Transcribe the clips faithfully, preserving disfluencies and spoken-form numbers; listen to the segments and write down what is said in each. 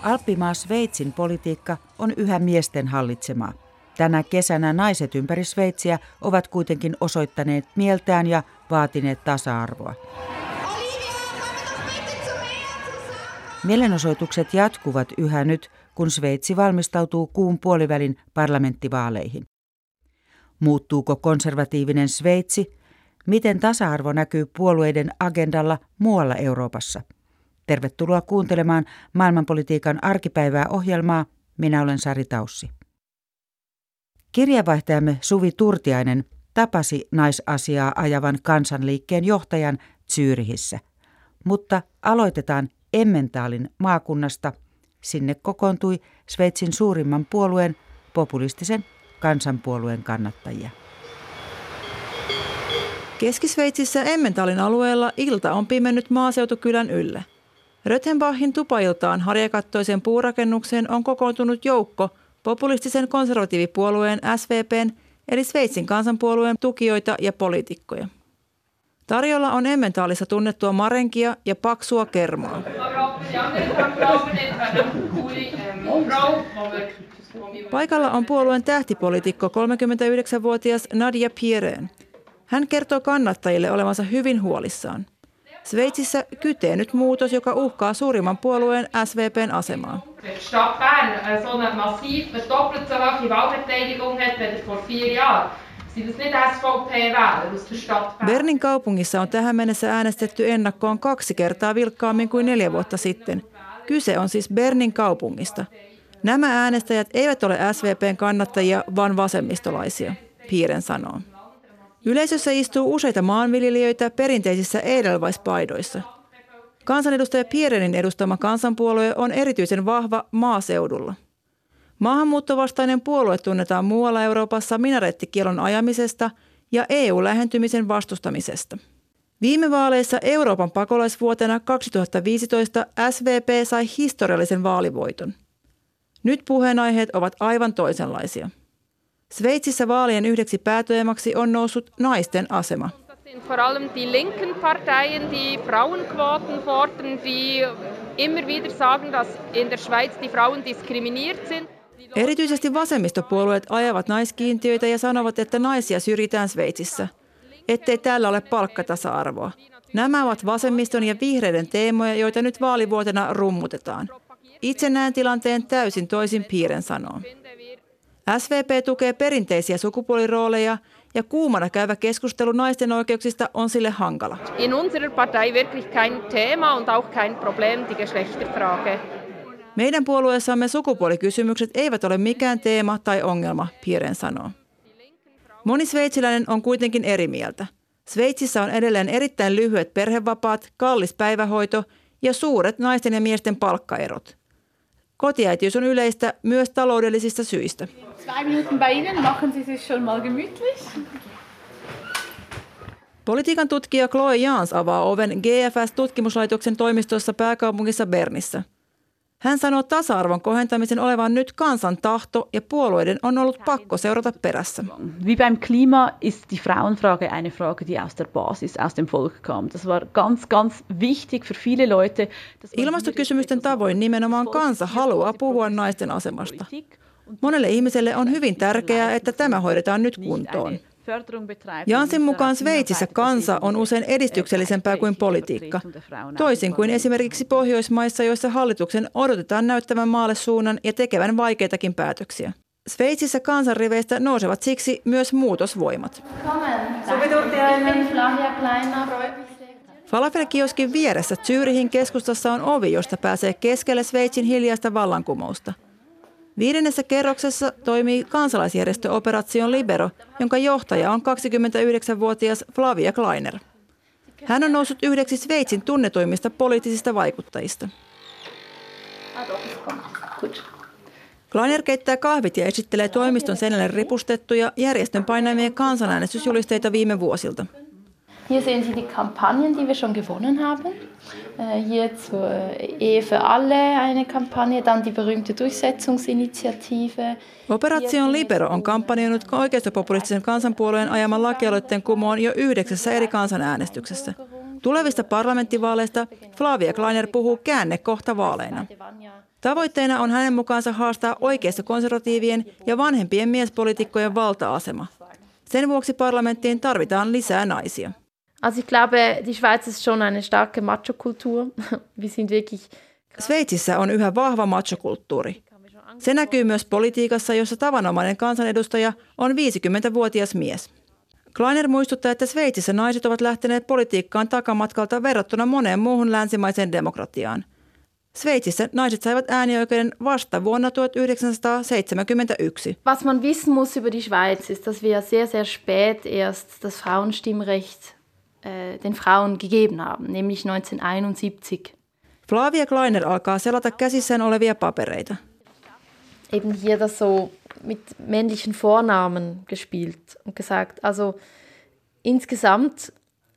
Alppimaa Sveitsin politiikka on yhä miesten hallitsemaa. Tänä kesänä naiset ympäri Sveitsiä ovat kuitenkin osoittaneet mieltään ja vaatineet tasa-arvoa. Mielenosoitukset jatkuvat yhä nyt, kun Sveitsi valmistautuu kuun puolivälin parlamenttivaaleihin. Muuttuuko konservatiivinen Sveitsi? Miten tasa-arvo näkyy puolueiden agendalla muualla Euroopassa? Tervetuloa kuuntelemaan maailmanpolitiikan arkipäivää ohjelmaa. Minä olen Sari Taussi. Kirjavaihtajamme Suvi Turtiainen tapasi naisasiaa ajavan kansanliikkeen johtajan Zürichissä. Mutta aloitetaan Emmentaalin maakunnasta. Sinne kokoontui Sveitsin suurimman puolueen, populistisen kansanpuolueen kannattajia. Keski-Sveitsissä Emmentaalin alueella ilta on pimennyt maaseutukylän ylle. Röthenbachin tupailtaan harjakattoisen puurakennukseen on kokoontunut joukko populistisen konservatiivipuolueen S V P:n eli Sveitsin kansanpuolueen tukijoita ja poliitikkoja. Tarjolla on Emmentaalissa tunnettua marenkia ja paksua kermaa. Paikalla on puolueen tähtipoliitikko kolmekymmentäyhdeksänvuotias Nadia Pierén. Hän kertoo kannattajille olevansa hyvin huolissaan. Sveitsissä kytee nyt muutos, joka uhkaa suurimman puolueen S V P:n asemaa. Bernin kaupungissa on tähän mennessä äänestetty ennakkoon kaksi kertaa vilkkaammin kuin neljä vuotta sitten. Kyse on siis Bernin kaupungista. Nämä äänestäjät eivät ole S V P:n kannattajia, vaan vasemmistolaisia, Pierén sanoo. Yleisössä istuu useita maanviljelijöitä perinteisissä edelweiss-paidoissa. Kansanedustaja Pierénin edustama kansanpuolue on erityisen vahva maaseudulla. Maahanmuuttovastainen puolue tunnetaan muualla Euroopassa minarettikielon ajamisesta ja E U-lähentymisen vastustamisesta. Viime vaaleissa Euroopan pakolaisvuotena kaksituhattaviisitoista S V P sai historiallisen vaalivoiton. Nyt puheenaiheet ovat aivan toisenlaisia. Sveitsissä vaalien yhdeksi pääteemaksi on noussut naisten asema. Vor allem die linken Parteien, die Frauenquoten fordern, die immer wieder sagen, dass in der Schweiz die Frauen diskriminiert sind. Erityisesti vasemmistopuolueet ajavat naiskiintiöitä ja sanovat, että naisia syrjitään Sveitsissä, ettei täällä ole palkkatasa-arvoa. Nämä ovat vasemmiston ja vihreiden teemoja, joita nyt vaalivuotena rummutetaan. Itse näen tilanteen täysin toisin, Pierén sanoo. S V P tukee perinteisiä sukupuolirooleja ja kuumana käyvä keskustelu naisten oikeuksista on sille hankala. In unserer Partei wirklich kein Thema und auch kein Problem die Geschlechterfrage. Meidän puolueessamme sukupuolikysymykset eivät ole mikään teema tai ongelma, Pierén sanoo. Moni sveitsiläinen on kuitenkin eri mieltä. Sveitsissä on edelleen erittäin lyhyet perhevapaat, kallis päivähoito ja suuret naisten ja miesten palkkaerot. Kotiäitiys on yleistä myös taloudellisista syistä. Zwei Minuten bei Ihnen, machen Sie sich schon mal gemütlich. Politiikan tutkija Chloe Jans avaa oven G F S-tutkimuslaitoksen toimistossa pääkaupungissa Bernissä. Hän sanoo tasa-arvon kohentamisen olevan nyt kansan tahto ja puolueiden on ollut pakko seurata perässä. Wie beim Klima ist die Frauenfrage eine Frage, die aus der Basis, aus dem Volk kam. Das war ganz, ganz wichtig für viele Leute. Ilmastokysymysten tavoin nimenomaan kansa haluaa puhua naisten asemasta. Monelle ihmiselle on hyvin tärkeää, että tämä hoidetaan nyt kuntoon. Jansin mukaan Sveitsissä kansa on usein edistyksellisempää kuin politiikka, toisin kuin esimerkiksi Pohjoismaissa, joissa hallituksen odotetaan näyttävän maalle suunnan ja tekevän vaikeitakin päätöksiä. Sveitsissä kansanriveistä nousevat siksi myös muutosvoimat. Falafel-kioskin vieressä Zürichin keskustassa on ovi, josta pääsee keskelle Sveitsin hiljaista vallankumousta. Viidennessä kerroksessa toimii kansalaisjärjestö Operation Libero, jonka johtaja on kaksikymmentäyhdeksänvuotias Flavia Kleiner. Hän on noussut yhdeksi Sveitsin tunnetuimmista poliittisista vaikuttajista. Kleiner keittää kahvit ja esittelee toimiston seinälle ripustettuja järjestön painamia kansanäänestysjulisteita viime vuosilta. Hier sehen Sie die Kampagnen, die wir schon gewonnen haben. Hier zur Ehe für alle eine Kampagne, dann die berühmte Durchsetzungsinitiative. Operation Libero on kampanjoinut oikeistopopulistisen kansanpuolueen ajaman lakialoitteen kumoon jo yhdeksässä eri kansanäänestyksessä. Tulevista parlamenttivaaleista Flavia Kleiner puhuu käännekohta vaaleina. Tavoitteena on hänen mukaansa haastaa oikeisto-konservatiivien ja vanhempien miespoliitikkojen valta-asema. Sen vuoksi parlamenttiin tarvitaan lisää naisia. Also ich glaube, die Schweiz ist schon eine starke Macho-Kultur. Wir sind wirklich... Sveitsissä on yhä vahva machokulttuuri. Se näkyy myös politiikassa, jossa tavanomainen kansanedustaja on viisikymmentävuotias mies. Kleiner muistuttaa, että Sveitsissä naiset ovat lähteneet politiikkaan takamatkalta verrattuna moneen muuhun länsimaiseen demokratiaan. Sveitsissä naiset saivat äänioikeuden vasta vuonna tuhatyhdeksänsataaseitsemänkymmentäyksi. Was man wissen muss über die Schweiz ist, dass wir sehr, sehr spät erst das Frauenstimmrecht äh, den Frauen gegeben haben, nämlich neunzehnhunderteinundsiebzig. Flavia Kleiner alkaa selata käsissään olevia papereita. Eben hier das so mit männlichen Vornamen gespielt und gesagt, also insgesamt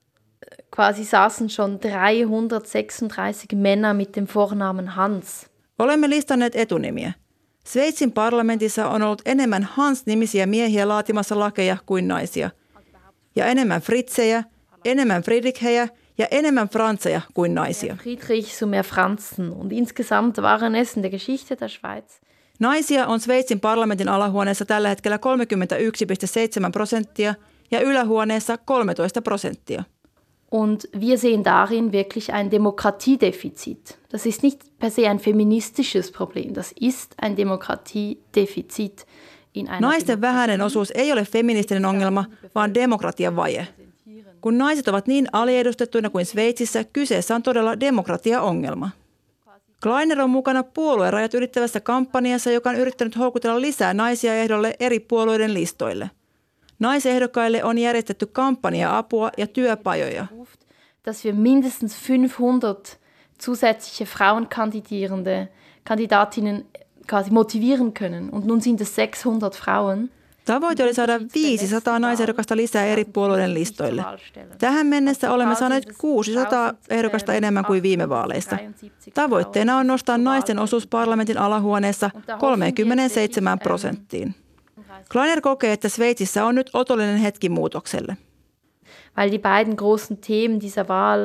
quasi saßen schon dreihundertsechsunddreißig Männer mit dem Vornamen Hans. Olemme listanneet etunimiä. Sveitsin parlamentissa on ollut enemmän Hans-nimisiä miehiä laatimassa lakeja kuin naisia. Ja enemmän Fritzejä, enemmän Friedrichejä ja enemmän Franzeja kuin naisia. Friedrich, so mehr Franzen. Und insgesamt waren es in der Geschichte der Schweiz. Naisia on Sveitsin parlamentin alahuoneessa tällä hetkellä kolmekymmentäyksi pilkku seitsemän prosenttia ja ylähuoneessa kolmetoista prosenttia. Und wir sehen darin wirklich ein Demokratiedefizit. Das ist nicht per se ein feministisches Problem, das ist ein Demokratiedefizit. In einer Naisten vähäinen osuus ei ole feministinen ongelma, vaan demokratian vaje. Kun naiset ovat niin aliedustettuina kuin Sveitsissä, kyseessä on todella demokratiaongelma. Kleiner on mukana puoluerajat ylittävässä kampanjassa, joka on yrittänyt houkutella lisää naisia ehdolle eri puolueiden listoille. Naisehdokkaille on järjestetty kampanja-apua ja työpajoja. Dass wir mindestens fünfhundert zusätzliche Frauenkandidierende, Kandidatinnen quasi motivieren können. Und nun sind es sechshundert Frauen. Tavoite oli saada viisisataa naisehdokasta lisää eri puolueiden listoille. Tähän mennessä olemme saaneet kuusisataa ehdokasta enemmän kuin viime vaaleista. Tavoitteena on nostaa naisten osuus parlamentin alahuoneessa kolmekymmentäseitsemän prosenttiin. Kleiner kokee, että Sveitsissä on nyt otollinen hetki muutokselle. Weil die beiden großen Themen dieser Wahl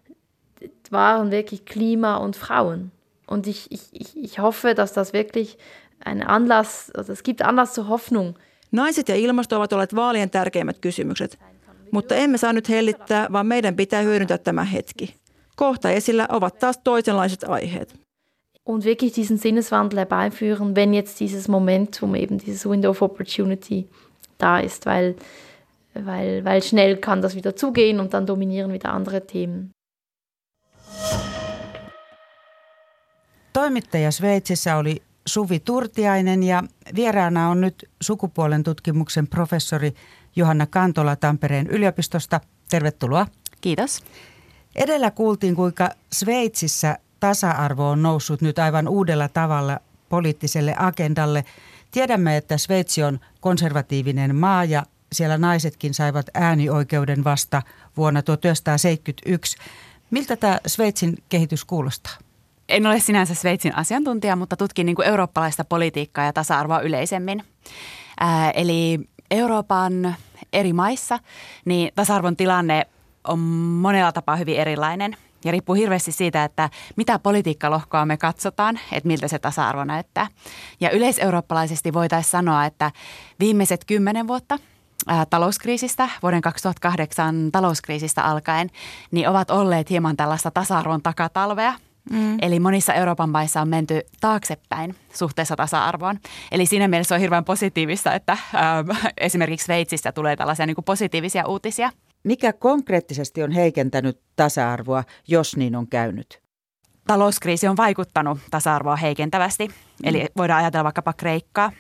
waren wirklich Klima und Frauen. Und ich, ich, ich, ich hoffe, dass das wirklich ein Anlass, also es gibt Anlass zur Hoffnung. Naiset ja ilmasto ovat olleet vaalien tärkeimmät kysymykset, mutta emme saa nyt hellittää, vaan meidän pitää hyödyntää tämä hetki. Kohta esillä ovat taas toisenlaiset aiheet. Und wirklich diesen Sinneswandel herbeiführen, wenn jetzt dieses Momentum, eben dieses Window of Opportunity da ist, weil, weil, weil schnell kann das wieder zugehen und dann dominieren wieder andere Themen. Toimittaja Sveitsissä oli Suvi Turtiainen ja vieraana on nyt sukupuolen tutkimuksen professori Johanna Kantola Tampereen yliopistosta. Tervetuloa. Kiitos. Edellä kuultiin, kuinka Sveitsissä tasa-arvo on noussut nyt aivan uudella tavalla poliittiselle agendalle. Tiedämme, että Sveitsi on konservatiivinen maa ja siellä naisetkin saivat äänioikeuden vasta vuonna tuhatyhdeksänsataaseitsemänkymmentäyksi. Miltä tämä Sveitsin kehitys kuulostaa? En ole sinänsä Sveitsin asiantuntija, mutta tutkin niin kuin eurooppalaista politiikkaa ja tasa-arvoa yleisemmin. Ää, eli Euroopan eri maissa niin tasa-arvon tilanne on monella tapaa hyvin erilainen. Ja riippuu hirveästi siitä, että mitä politiikkalohkoa me katsotaan, että miltä se tasa-arvo näyttää. Ja yleiseurooppalaisesti voitaisiin sanoa, että viimeiset kymmenen vuotta ää, talouskriisistä, vuoden kaksituhattakahdeksan talouskriisistä alkaen, niin ovat olleet hieman tällaista tasa-arvon takatalvea. Mm. Eli monissa Euroopan maissa on menty taaksepäin suhteessa tasa-arvoon. Eli siinä mielessä on hirveän positiivista, että ää, esimerkiksi Sveitsissä tulee tällaisia niin kuin positiivisia uutisia. Mikä konkreettisesti on heikentänyt tasa-arvoa, jos niin on käynyt? Talouskriisi on vaikuttanut tasa-arvoa heikentävästi. Eli voidaan ajatella vaikkapa Kreikkaa,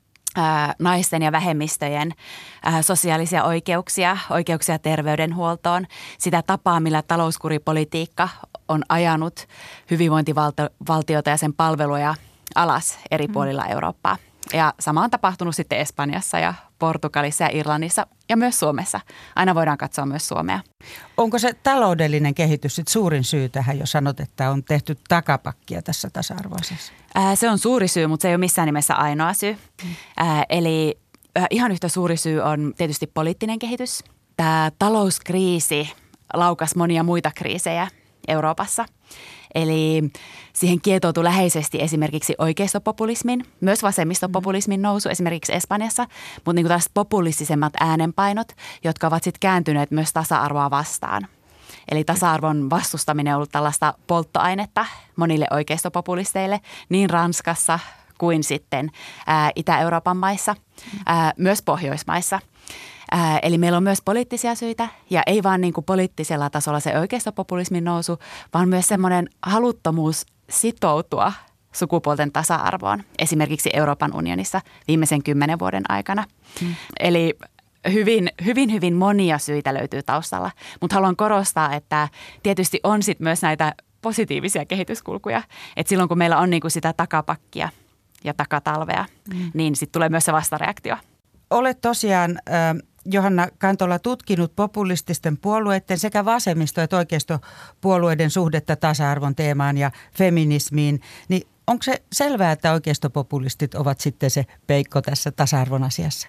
ää, naisten ja vähemmistöjen ää, sosiaalisia oikeuksia, oikeuksia terveydenhuoltoon, sitä tapaa, millä talouskuripolitiikka on ajanut hyvinvointivaltiota ja sen palveluja alas eri puolilla Eurooppaa. Ja sama on tapahtunut sitten Espanjassa ja Portugalissa ja Irlannissa ja myös Suomessa. Aina voidaan katsoa myös Suomea. Onko se taloudellinen kehitys sit suurin syy tähän, jos sanot, että on tehty takapakkia tässä tasa-arvoisessa? Ää, se on suuri syy, mutta se ei ole missään nimessä ainoa syy. Ää, eli ää, ihan yhtä suuri syy on tietysti poliittinen kehitys. Tämä talouskriisi laukasi monia muita kriisejä Euroopassa. Eli siihen kietoutui läheisesti esimerkiksi oikeistopopulismin, myös vasemmistopopulismin nousu esimerkiksi Espanjassa, mutta niin kuin taas populistisemmat äänenpainot, jotka ovat sitten kääntyneet myös tasa-arvoa vastaan. Eli tasa-arvon vastustaminen on ollut tällaista polttoainetta monille oikeistopopulisteille niin Ranskassa kuin sitten ää, Itä-Euroopan maissa, ää, myös Pohjoismaissa. Ää, eli meillä on myös poliittisia syitä ja ei vaan niin kuin poliittisella tasolla se oikeistopopulismin nousu, vaan myös semmoinen haluttomuus sitoutua sukupuolten tasa-arvoon, esimerkiksi Euroopan unionissa viimeisen kymmenen vuoden aikana. Hmm. Eli hyvin, hyvin, hyvin monia syitä löytyy taustalla, mutta haluan korostaa, että tietysti on sit myös näitä positiivisia kehityskulkuja, että silloin kun meillä on niinku sitä takapakkia ja takatalvea, hmm. niin sitten tulee myös se vastareaktio. Olet tosiaan, äh, Johanna Kantola, tutkinut populististen puolueiden sekä vasemmisto- että oikeistopuolueiden suhdetta tasa-arvon teemaan ja feminismiin. Niin onko se selvää, että oikeistopopulistit ovat sitten se peikko tässä tasa-arvon asiassa?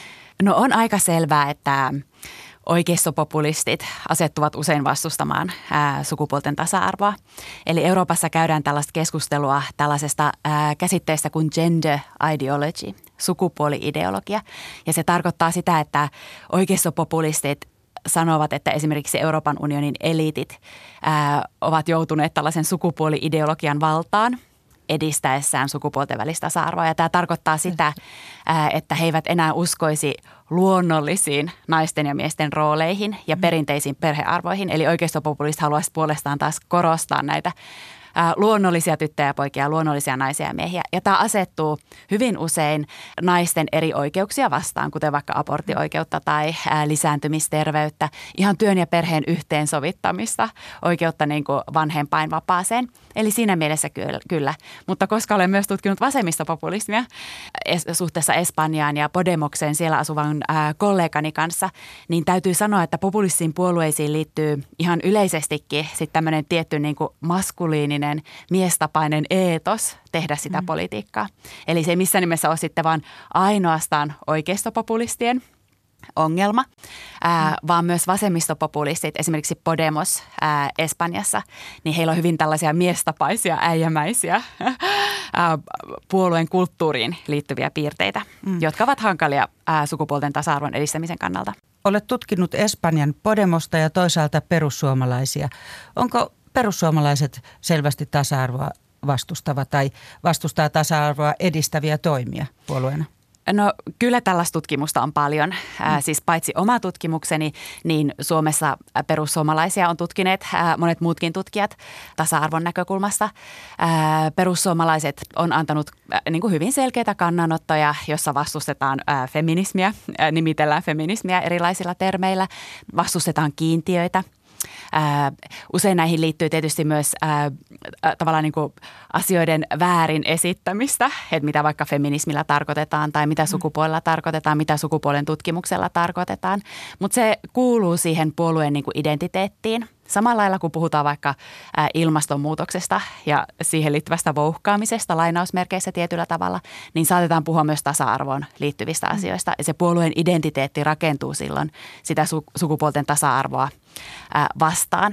No on aika selvää, että oikeistopopulistit asettuvat usein vastustamaan ää, sukupuolten tasa-arvoa. Eli Euroopassa käydään tällaista keskustelua tällaisesta ää, käsitteestä kuin gender ideology, sukupuoli-ideologia. Ja se tarkoittaa sitä, että oikeistopopulistit sanovat, että esimerkiksi Euroopan unionin eliitit ää, ovat joutuneet tällaisen sukupuoli-ideologian valtaan edistäessään sukupuolten välistä tasa-arvoa. Ja tämä tarkoittaa sitä, että he eivät enää uskoisi luonnollisiin naisten ja miesten rooleihin ja perinteisiin perhearvoihin. Eli oikeistopopulistit haluaisivat puolestaan taas korostaa näitä luonnollisia tyttöjä ja poikia, luonnollisia naisia ja miehiä. Ja tämä asettuu hyvin usein naisten eri oikeuksia vastaan, kuten vaikka aborttioikeutta tai lisääntymisterveyttä, ihan työn ja perheen yhteensovittamista, oikeutta niin kuin vanhempainvapaaseen. Eli siinä mielessä kyllä, kyllä. Mutta koska olen myös tutkinut vasemmistopopulismia suhteessa Espanjaan ja Podemokseen siellä asuvan kollegani kanssa, niin täytyy sanoa, että populistisiin puolueisiin liittyy ihan yleisestikin sitten tämmöinen tietty niin kuin maskuliininen miestapainen eetos tehdä sitä mm. politiikkaa. Eli se ei missään nimessä ole sitten vaan ainoastaan oikeistopopulistien ongelma, ää, mm. vaan myös vasemmistopopulistit, esimerkiksi Podemos ää, Espanjassa, niin heillä on hyvin tällaisia miestapaisia, äijämäisiä ää, puolueen kulttuuriin liittyviä piirteitä, mm. jotka ovat hankalia ää, sukupuolten tasa-arvon edistämisen kannalta. Olet tutkinut Espanjan Podemosta ja toisaalta perussuomalaisia. Onko perussuomalaiset selvästi tasa-arvoa vastustava tai vastustaa tasa-arvoa edistäviä toimia puolueena? No kyllä tällaista tutkimusta on paljon. Äh, siis paitsi oma tutkimukseni, niin Suomessa perussuomalaisia on tutkineet äh, monet muutkin tutkijat tasa-arvon näkökulmasta. Äh, perussuomalaiset on antanut äh, niin kuin hyvin selkeitä kannanottoja, jossa vastustetaan äh, feminismiä, äh, nimitellään feminismiä erilaisilla termeillä, vastustetaan kiintiöitä. Ää, usein näihin liittyy tietysti myös ää, tavallaan niin kuin asioiden väärin esittämistä, että mitä vaikka feminismillä tarkoitetaan tai mitä sukupuolella tarkoitetaan, mitä sukupuolen tutkimuksella tarkoitetaan. Mutta se kuuluu siihen puolueen niin kuin identiteettiin. Samalla lailla kun puhutaan vaikka ää, ilmastonmuutoksesta ja siihen liittyvästä vouhkaamisesta lainausmerkeissä tietyllä tavalla, niin saatetaan puhua myös tasa-arvoon liittyvistä asioista. Ja se puolueen identiteetti rakentuu silloin sitä su- sukupuolten tasa-arvoa ää, vastaan.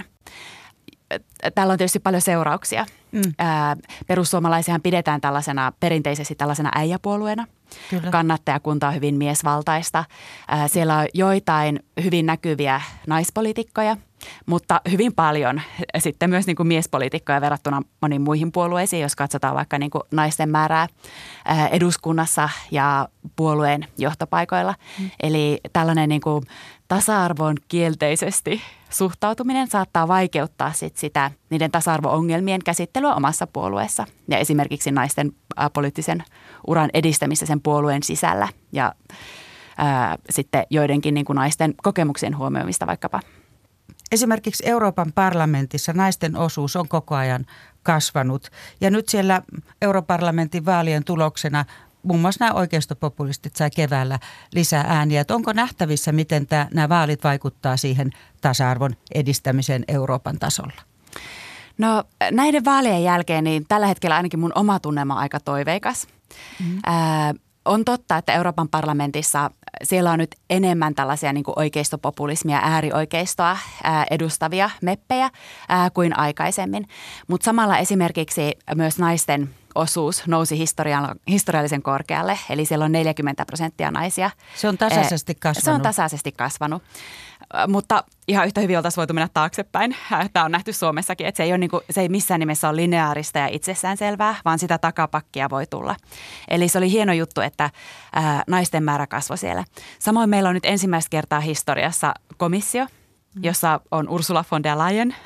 Tällä on tietysti paljon seurauksia. Mm. Ää, perussuomalaisiahan pidetään tällaisena perinteisesti tällaisena äijäpuolueena. Kyllä. Kannattajakunta on hyvin miesvaltaista. Ää, siellä on joitain hyvin näkyviä naispoliitikkoja, mutta hyvin paljon sitten myös niin kuin miespoliitikkoja verrattuna moniin muihin puolueisiin, jos katsotaan vaikka niin kuin naisten määrää ää, eduskunnassa ja puolueen johtopaikoilla. Mm. Eli tällainen niin kuin tasa-arvoon kielteisesti suhtautuminen saattaa vaikeuttaa sit sitä niiden tasa-arvo-ongelmien käsittelyä omassa puolueessa ja esimerkiksi naisten ää, poliittisen uran edistämistä sen puolueen sisällä ja ää, sitten joidenkin niin kuin naisten kokemuksien huomioimista vaikkapa. Esimerkiksi Euroopan parlamentissa naisten osuus on koko ajan kasvanut ja nyt siellä europarlamentin vaalien tuloksena muun muassa nämä oikeistopopulistit sai keväällä lisää ääniä. Että onko nähtävissä, miten tämä, nämä vaalit vaikuttaa siihen tasa-arvon edistämiseen Euroopan tasolla? No näiden vaalien jälkeen niin tällä hetkellä ainakin mun oma tunnelma on aika toiveikas. Mm-hmm. Ää, on totta, että Euroopan parlamentissa siellä on nyt enemmän tällaisia niin kuin oikeistopopulismia, äärioikeistoa ää, edustavia meppejä ää, kuin aikaisemmin. Mutta samalla esimerkiksi myös naisten osuus nousi historiallisen korkealle, eli siellä on neljäkymmentä prosenttia naisia. Se on tasaisesti kasvanut. Se on tasaisesti kasvanut, mutta ihan yhtä hyvin oltaisiin voitu mennä taaksepäin. Tämä on nähty Suomessakin, että se ei, ole niin kuin, se ei missään nimessä ole lineaarista ja itsestäänselvää, vaan sitä takapakkia voi tulla. Eli se oli hieno juttu, että ää, naisten määrä kasvoi siellä. Samoin meillä on nyt ensimmäistä kertaa historiassa komissio, jossa on Ursula von der Leyen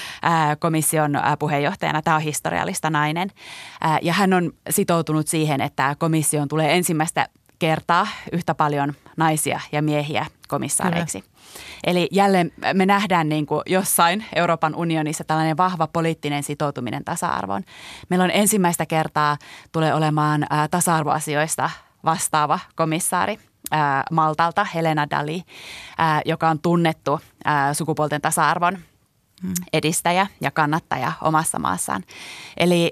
komission puheenjohtajana. Tämä on historiallista nainen. Ja hän on sitoutunut siihen, että komission tulee ensimmäistä kertaa yhtä paljon naisia ja miehiä komissaareiksi. Kyllä. Eli jälleen me nähdään niin kuin jossain Euroopan unionissa tällainen vahva poliittinen sitoutuminen tasa-arvoon. Meillä on ensimmäistä kertaa tulee olemaan tasa-arvoasioista vastaava komissaari Maltalta, Helena Dalli, joka on tunnettu sukupuolten tasa-arvon edistäjä ja kannattaja omassa maassaan. Eli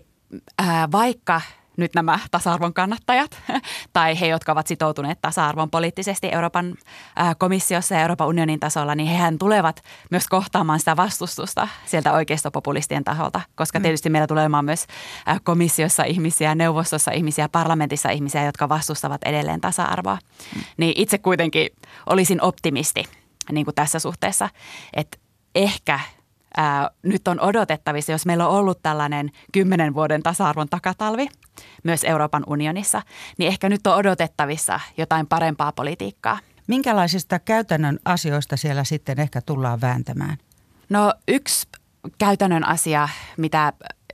vaikka nyt nämä tasa-arvon kannattajat tai he, jotka ovat sitoutuneet tasa-arvon poliittisesti Euroopan komissiossa ja Euroopan unionin tasolla, niin hehän tulevat myös kohtaamaan sitä vastustusta sieltä oikeistopopulistien taholta, koska tietysti meillä tulee olemaan myös komissiossa ihmisiä, neuvostossa ihmisiä, parlamentissa ihmisiä, jotka vastustavat edelleen tasa-arvoa. Niin itse kuitenkin olisin optimisti niin kuin tässä suhteessa, että ehkä Ää, nyt on odotettavissa, jos meillä on ollut tällainen kymmenen vuoden tasa-arvon takatalvi myös Euroopan unionissa, niin ehkä nyt on odotettavissa jotain parempaa politiikkaa. Minkälaisista käytännön asioista siellä sitten ehkä tullaan vääntämään? No yksi käytännön asia, mitä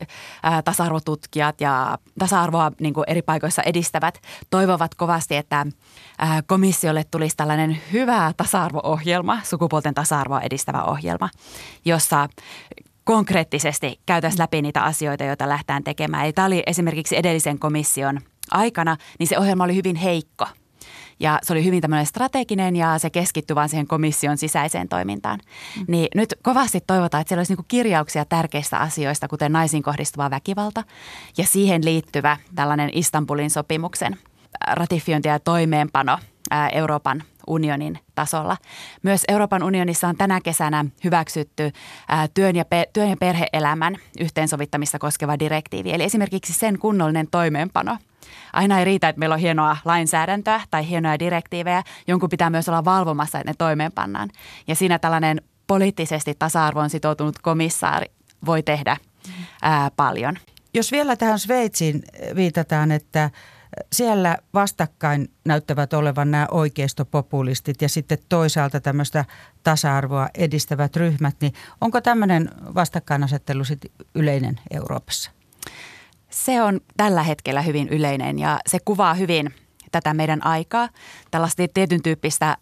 tasa-arvotutkijat ja tasa-arvoa niin kuin eri paikoissa edistävät, toivovat kovasti, että komissiolle tulisi tällainen hyvä tasa-arvo-ohjelma, sukupuolten tasa-arvoa edistävä ohjelma, jossa konkreettisesti käytäisiin läpi niitä asioita, joita lähdetään tekemään. Eli tämä oli esimerkiksi edellisen komission aikana, niin se ohjelma oli hyvin heikko. Ja se oli hyvin tämmöinen strateginen ja se keskittyi vaan siihen komission sisäiseen toimintaan. Mm. Niin nyt kovasti toivotaan, että siellä olisi niinku kirjauksia tärkeistä asioista, kuten naisiin kohdistuva väkivalta ja siihen liittyvä tällainen Istanbulin sopimuksen ratifiointi ja toimeenpano Euroopan unionin tasolla. Myös Euroopan unionissa on tänä kesänä hyväksytty työn ja, pe- työn ja perhe-elämän yhteensovittamista koskeva direktiivi, eli esimerkiksi sen kunnollinen toimeenpano. Aina ei riitä, että meillä on hienoa lainsäädäntöä tai hienoja direktiivejä. Jonkun pitää myös olla valvomassa, että ne toimeenpannaan. Ja siinä tällainen poliittisesti tasa-arvoon sitoutunut komissaari voi tehdä ää, paljon. Jos vielä tähän Sveitsiin viitataan, että siellä vastakkain näyttävät olevan nämä oikeistopopulistit ja sitten toisaalta tämmöistä tasa-arvoa edistävät ryhmät, niin onko tämmöinen vastakkainasettelu sitten yleinen Euroopassa? Se on tällä hetkellä hyvin yleinen ja se kuvaa hyvin tätä meidän aikaa, tällaista tietyn tyyppistä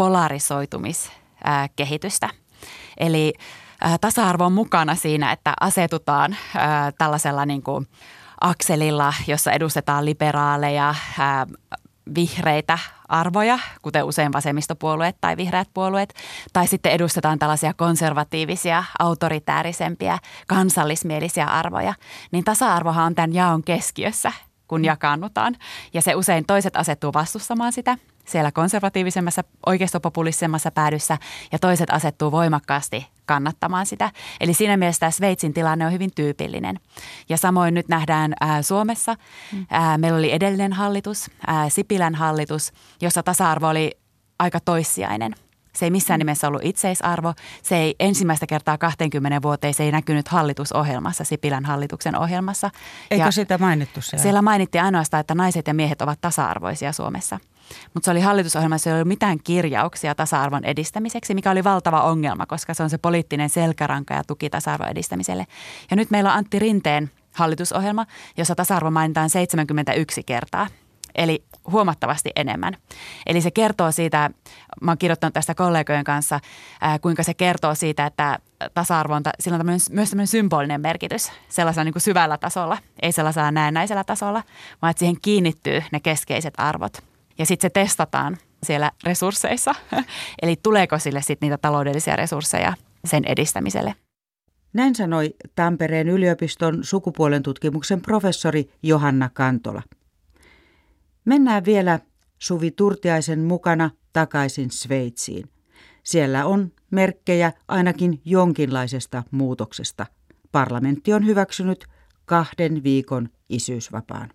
polarisoitumiskehitystä. Eli tasa-arvo on mukana siinä, että asetutaan tällaisella niin kuin akselilla, jossa edustetaan liberaaleja, vihreitä arvoja, kuten usein vasemmistopuolueet tai vihreät puolueet, tai sitten edustetaan tällaisia konservatiivisia, autoritäärisempiä, kansallismielisiä arvoja, niin tasa-arvohan on tämän jaon keskiössä, kun jakaannutaan. Ja se usein toiset asettuu vastustamaan sitä siellä konservatiivisemmassa, oikeistopopulistisemmassa päädyssä, ja toiset asettuu voimakkaasti kannattamaan sitä. Eli siinä mielessä Sveitsin tilanne on hyvin tyypillinen. Ja samoin nyt nähdään ää, Suomessa. Ää, meillä oli edellinen hallitus, ää, Sipilän hallitus, jossa tasa-arvo oli aika toissijainen. Se ei missään nimessä ollut itseisarvo. Se ei ensimmäistä kertaa kaksikymmentä vuoteen, se ei näkynyt hallitusohjelmassa, Sipilän hallituksen ohjelmassa. Eikö ja sitä mainittu siellä? Siellä mainittiin ainoastaan, että naiset ja miehet ovat tasa-arvoisia Suomessa. Mutta se oli hallitusohjelmassa, ei ollut mitään kirjauksia tasa-arvon edistämiseksi, mikä oli valtava ongelma, koska se on se poliittinen selkäranka ja tuki tasa-arvon edistämiselle. Ja nyt meillä on Antti Rinteen hallitusohjelma, jossa tasa-arvo mainitaan seitsemänkymmentäyksi kertaa. Eli huomattavasti enemmän. Eli se kertoo siitä, mä oon kirjoittanut tästä kollegojen kanssa, ää, kuinka se kertoo siitä, että tasa-arvo on, sillä on tämmöinen, myös tämmöinen symbolinen merkitys sellaisella niin kuin syvällä tasolla, ei sellaisella näennäisellä tasolla, vaan että siihen kiinnittyy ne keskeiset arvot. Ja sitten se testataan siellä resursseissa, eli tuleeko sille sitten niitä taloudellisia resursseja sen edistämiselle. Näin sanoi Tampereen yliopiston sukupuolen tutkimuksen professori Johanna Kantola. Mennään vielä Suvi Turtiaisen mukana takaisin Sveitsiin. Siellä on merkkejä ainakin jonkinlaisesta muutoksesta. Parlamentti on hyväksynyt kahden viikon isyysvapaan.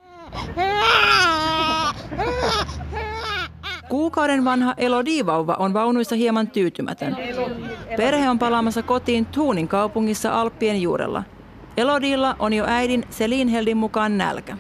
Kuukauden vanha Elodie-vauva on vaunuissa hieman tyytymätön. Perhe on palaamassa kotiin Thunin kaupungissa Alppien juurella. Elodiella on jo äidin Selin Heldin mukaan nälkä.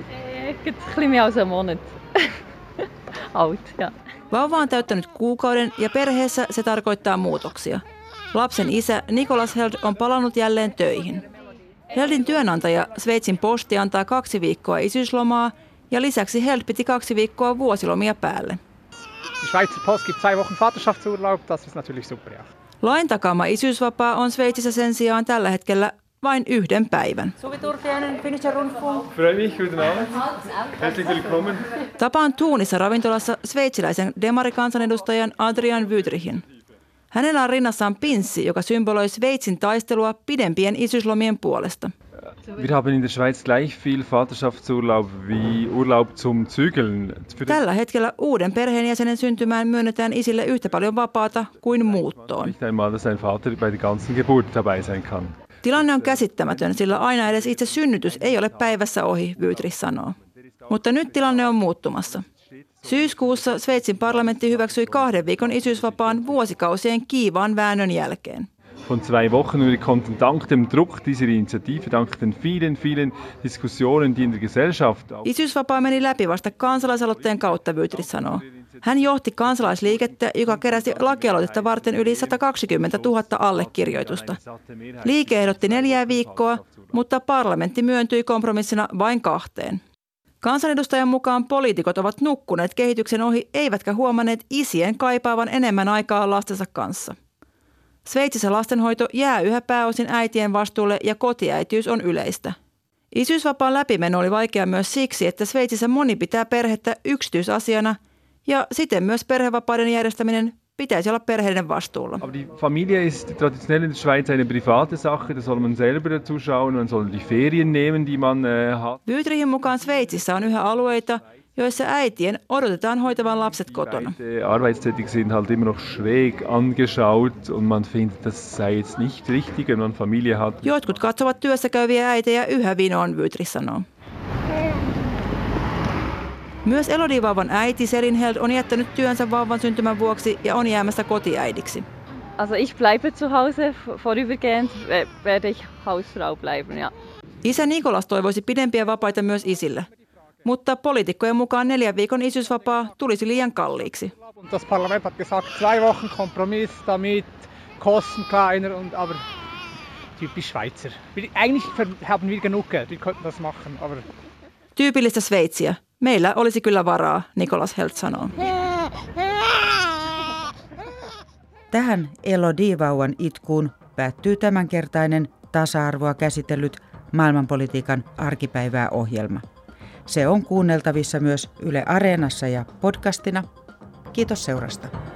Vauva on täyttänyt kuukauden ja perheessä se tarkoittaa muutoksia. Lapsen isä Nicolas Held on palannut jälleen töihin. Heldin työnantaja Sveitsin posti antaa kaksi viikkoa isyyslomaa ja lisäksi Held piti kaksi viikkoa vuosilomia päälle. Die Schweizer Post gibt zwei Wochen Vaterschaftsurlaub, das ist natürlich super, ja. Lain takaama isyysvapaa on Sveitsissä sen sijaan tällä hetkellä vain yhden päivän. Suvi Turtiainen, Finnischer Rundfunk. Freue mich, guten Abend. Herzlich willkommen. Tapaan Thunissa ravintolassa sveitsiläisen demarikansanedustajan Adrian Wüthrichin. Hänellä on rinnassaan pinssi, joka symboloi Sveitsin taistelua pidempien isyyslomien puolesta. Wir haben in der Schweiz gleich viel Vaterschaftsurlaub wie Urlaub zum Zügeln. Tällä hetkellä uuden perheenjäsenen syntymään myönnetään isille yhtä paljon vapaata kuin muuttoon. Nicht einmal, dass ein Vater bei der ganzen Geburt dabei sein kann. Tilanne on käsittämätön, sillä aina edes itse synnytys ei ole päivässä ohi, Wüthrich sanoo. Mutta nyt tilanne on muuttumassa. Syyskuussa Sveitsin parlamentti hyväksyi kahden viikon isyysvapaan vuosikausien kiivaan väännön jälkeen. Von zwei Wochen wir konnten dank dem Druck dieser Initiative, dank den vielen, vielen Diskussionen, die in der Gesellschaft... Isyysvapaa meni läpi vasta kansalaisaloitteen kautta, Wüthrich sanoo. Hän johti kansalaisliikettä, joka keräsi lakialoitetta varten yli sata kaksikymmentätuhatta allekirjoitusta. Liike ehdotti neljää viikkoa, mutta parlamentti myöntyi kompromissina vain kahteen. Kansanedustajan mukaan poliitikot ovat nukkuneet kehityksen ohi, eivätkä huomanneet isien kaipaavan enemmän aikaa lastensa kanssa. Sveitsissä lastenhoito jää yhä pääosin äitien vastuulle ja kotiäitiys on yleistä. Isyysvapaan läpimeno oli vaikea myös siksi, että Sveitsissä moni pitää perhettä yksityisasiana ja siten myös perhevapaiden järjestäminen pitäisi olla perheiden vastuulla. Aber die Familie ist traditionell in der Schweiz eine private Sache, da soll man selber dazu schauen, man soll die Ferien nehmen, die man äh, hat. Wüthrichin mukaan Sveitsissä on yhä alueita, joissa äitien odotetaan hoitavan lapset kotona. Die Arbeitstätig sind halt immer noch schräg angeschaut und man findet, das sei jetzt nicht richtig, wenn man Familie hat. Jotkut katsovat työssä käyviä äitejä yhä vinoon, Wüthrich sanoo. Myös Elodie-vauvan äiti Selin Held on jättänyt työnsä vauvan syntymän vuoksi ja on jäämässä kotiäidiksi. Also ich bleibe zu Hause, vorübergehend werde ich Hausfrau bleiben, ja. Isä Nicolas toivoisi pidempiä vapaita myös isille, mutta poliitikkojen mukaan neljän viikon isyysvapaa tulisi liian kalliiksi. Das Parlament hat gesagt, zwei Wochen Kompromiss, damit Kosten kleiner und aber typisch Schweizer. Eigentlich haben wir genug Geld, wir könnten das machen, aber... Tyypillistä Sveitsiä. Meillä olisi kyllä varaa, Nicolas Held sanoo. Tähän Elodie-vauvan itkuun päättyy tämänkertainen tasa-arvoa käsitellyt maailmanpolitiikan arkipäivää ohjelma. Se on kuunneltavissa myös Yle Areenassa ja podcastina. Kiitos seurasta.